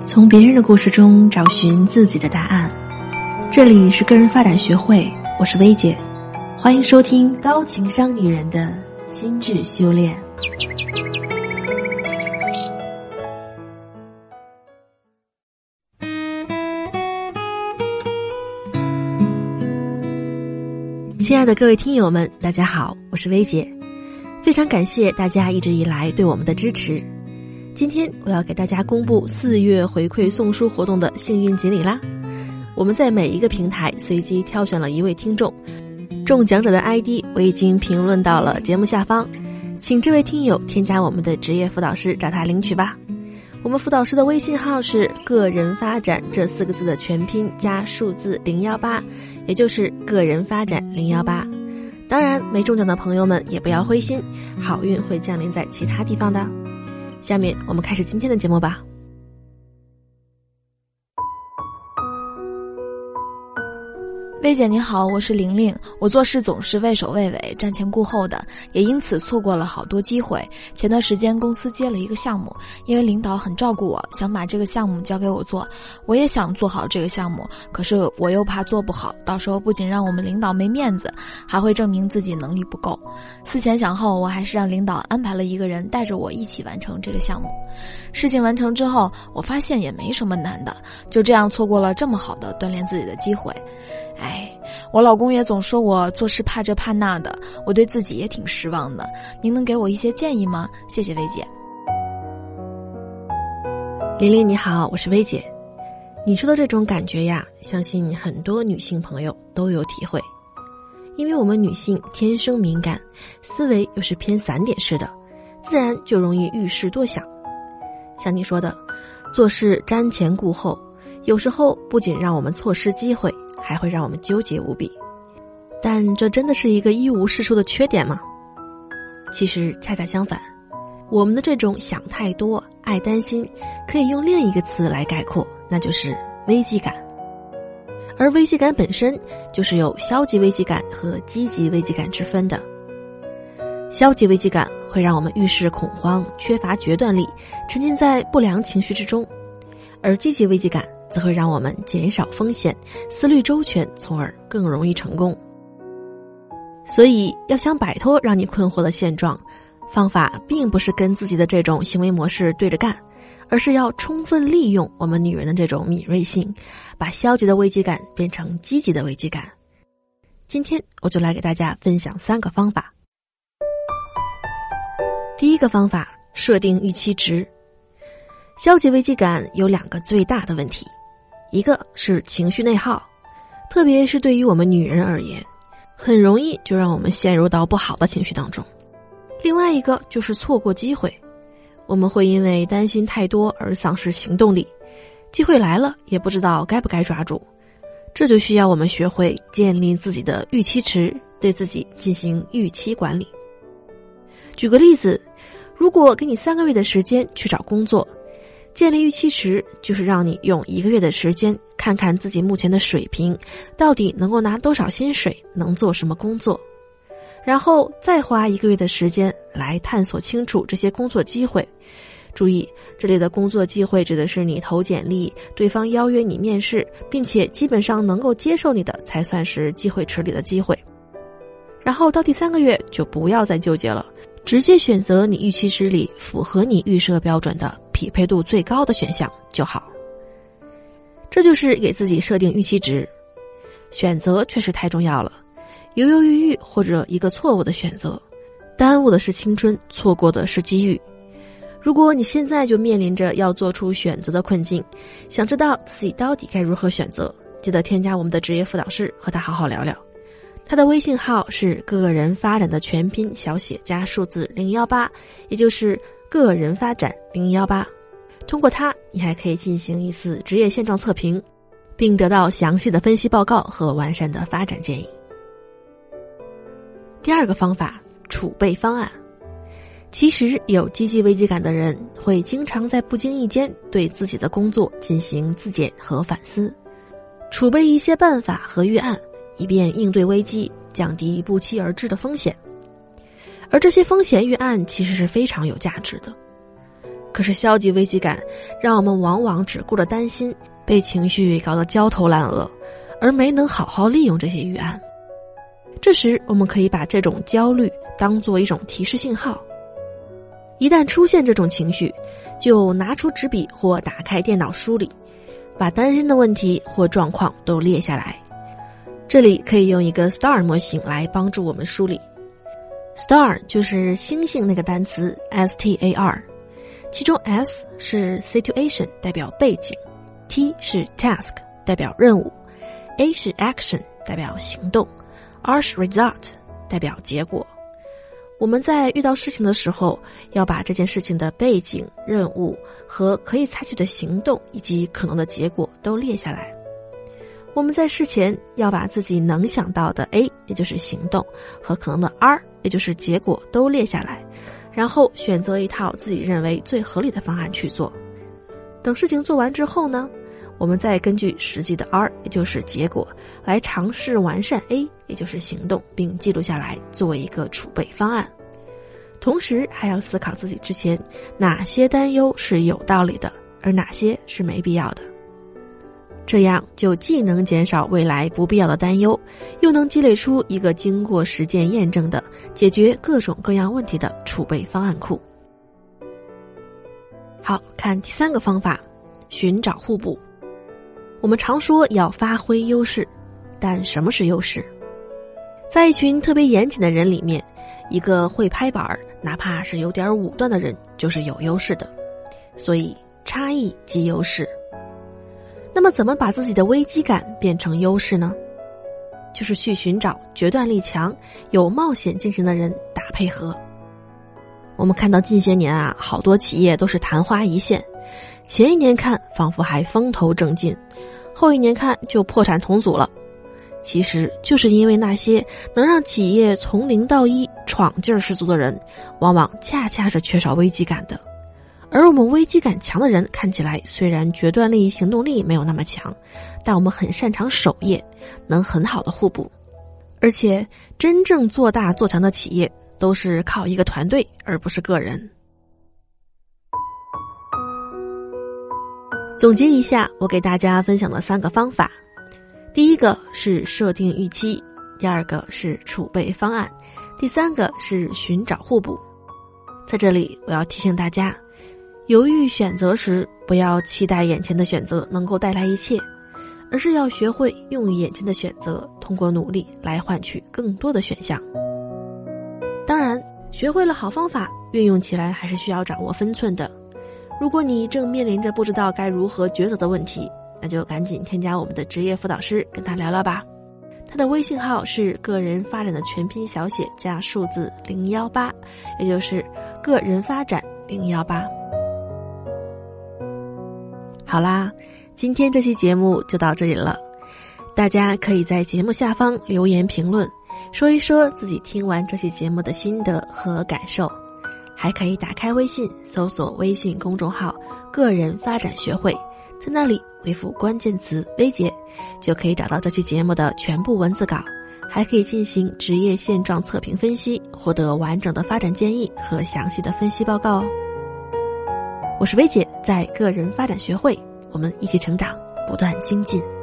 从别人的故事中找寻自己的答案。这里是个人发展学会，我是薇姐，欢迎收听高情商女人的心智修炼。亲爱的各位听友们，大家好，我是薇姐，非常感谢大家一直以来对我们的支持。今天我要给大家公布4月回馈送书活动的幸运锦鲤啦！我们在每一个平台随机挑选了一位听众，中奖者的 ID 我已经评论到了节目下方，请这位听友添加我们的职业辅导师找他领取吧。我们辅导师的微信号是个人发展这4个字的全拼加数字018，也就是个人发展018。当然没中奖的朋友们也不要灰心，好运会降临在其他地方的。下面我们开始今天的节目吧。 薇姐你好，我是玲玲。我做事总是畏首畏尾，瞻前顾后的，也因此错过了好多机会。前段时间公司接了一个项目，因为领导很照顾我，想把这个项目交给我做。我也想做好这个项目，可是我又怕做不好，到时候不仅让我们领导没面子，还会证明自己能力不够。思前想后，我还是让领导安排了一个人带着我一起完成这个项目。事情完成之后，我发现也没什么难的，就这样错过了这么好的锻炼自己的机会。我老公也总说我做事怕这怕那的，我对自己也挺失望的。您能给我一些建议吗？谢谢薇姐。 玲玲你好，我是薇姐。你说的这种感觉呀，相信很多女性朋友都有体会。因为我们女性天生敏感，思维又是偏散点式的，自然就容易遇事多想。像你说的，做事瞻前顾后，有时候不仅让我们错失机会，还会让我们纠结无比。但这真的是一个一无是处的缺点吗？其实恰恰相反，我们的这种想太多、爱担心，可以用另一个词来概括，那就是危机感。而危机感本身就是有消极危机感和积极危机感之分的。消极危机感会让我们遇事恐慌，缺乏决断力，沉浸在不良情绪之中，而积极危机感则会让我们减少风险，思虑周全，从而更容易成功。所以要想摆脱让你困惑的现状，方法并不是跟自己的这种行为模式对着干，而是要充分利用我们女人的这种敏锐性，把消极的危机感变成积极的危机感。今天我就来给大家分享3个方法。第一个方法，设定预期值。消极危机感有2个最大的问题，一个是情绪内耗，特别是对于我们女人而言，很容易就让我们陷入到不好的情绪当中。另外一个就是错过机会，我们会因为担心太多而丧失行动力，机会来了也不知道该不该抓住。这就需要我们学会建立自己的预期值，对自己进行预期管理。举个例子，如果给你3个月的时间去找工作，建立预期值就是让你用1个月的时间看看自己目前的水平到底能够拿多少薪水，能做什么工作，然后再花1个月的时间来探索清楚这些工作机会。注意，这里的工作机会指的是你投简历，对方邀约你面试，并且基本上能够接受你的才算是机会池里的机会。然后到第3个月就不要再纠结了，直接选择你预期值里符合你预设标准的匹配度最高的选项就好。这就是给自己设定预期值。选择确实太重要了，犹犹豫豫或者一个错误的选择，耽误的是青春，错过的是机遇。如果你现在就面临着要做出选择的困境，想知道自己到底该如何选择，记得添加我们的职业辅导师，和他好好聊聊。他的微信号是个人发展的全拼小写加数字018，也就是个人发展018。通过它，你还可以进行一次职业现状测评，并得到详细的分析报告和完善的发展建议。第2个方法，储备方案。其实有积极危机感的人会经常在不经意间对自己的工作进行自检和反思，储备一些办法和预案，以便应对危机，降低不期而至的风险。而这些风险预案其实是非常有价值的。 可是消极危机感让我们往往只顾着担心，被情绪搞得焦头烂额，而没能好好利用这些预案。这时我们可以把这种焦虑当作一种提示信号，一旦出现这种情绪，就拿出纸笔或打开电脑梳理，把担心的问题或状况都列下来。这里可以用一个 STAR 模型来帮助我们梳理。 STAR 就是星星那个单词 STAR， 其中 S 是 Situation 代表背景， T 是 Task 代表任务， A 是 Action 代表行动， R 是 Result 代表结果。我们在遇到事情的时候，要把这件事情的背景、任务和可以采取的行动以及可能的结果都列下来。我们在事前要把自己能想到的 A， 也就是行动，和可能的 R， 也就是结果都列下来，然后选择一套自己认为最合理的方案去做。等事情做完之后呢，我们再根据实际的 R， 也就是结果，来尝试完善 A， 也就是行动，并记录下来作为一个储备方案。同时还要思考自己之前哪些担忧是有道理的，而哪些是没必要的。这样就既能减少未来不必要的担忧，又能积累出一个经过实践验证的解决各种各样问题的储备方案库。好，看第三个方法，寻找互补。我们常说要发挥优势，但什么是优势？在一群特别严谨的人里面，一个会拍板，哪怕是有点武断的人，就是有优势的。所以差异即优势。那么怎么把自己的危机感变成优势呢？就是去寻找决断力强、有冒险精神的人打配合。我们看到近些年好多企业都是昙花一现，前一年看仿佛还风头正劲，后一年看就破产重组了。其实就是因为那些能让企业从0到1闯劲儿十足的人，往往恰恰是缺少危机感的。而我们危机感强的人看起来虽然决断力、行动力没有那么强，但我们很擅长守业，能很好的互补。而且真正做大做强的企业都是靠一个团队，而不是个人。总结一下我给大家分享的3个方法，第一个是设定预期，第二个是储备方案，第三个是寻找互补。在这里我要提醒大家，犹豫选择时，不要期待眼前的选择能够带来一切，而是要学会用眼前的选择，通过努力来换取更多的选项。当然，学会了好方法，运用起来还是需要掌握分寸的。如果你正面临着不知道该如何抉择的问题，那就赶紧添加我们的职业辅导师跟他聊聊吧。他的微信号是个人发展的全拼小写加数字018，也就是个人发展018。好啦，今天这期节目就到这里了。大家可以在节目下方留言评论，说一说自己听完这期节目的心得和感受。还可以打开微信，搜索微信公众号个人发展学会，在那里回复关键词微姐，就可以找到这期节目的全部文字稿，还可以进行职业现状测评分析，获得完整的发展建议和详细的分析报告哦。我是薇姐，在个人发展学会，我们一起成长，不断精进。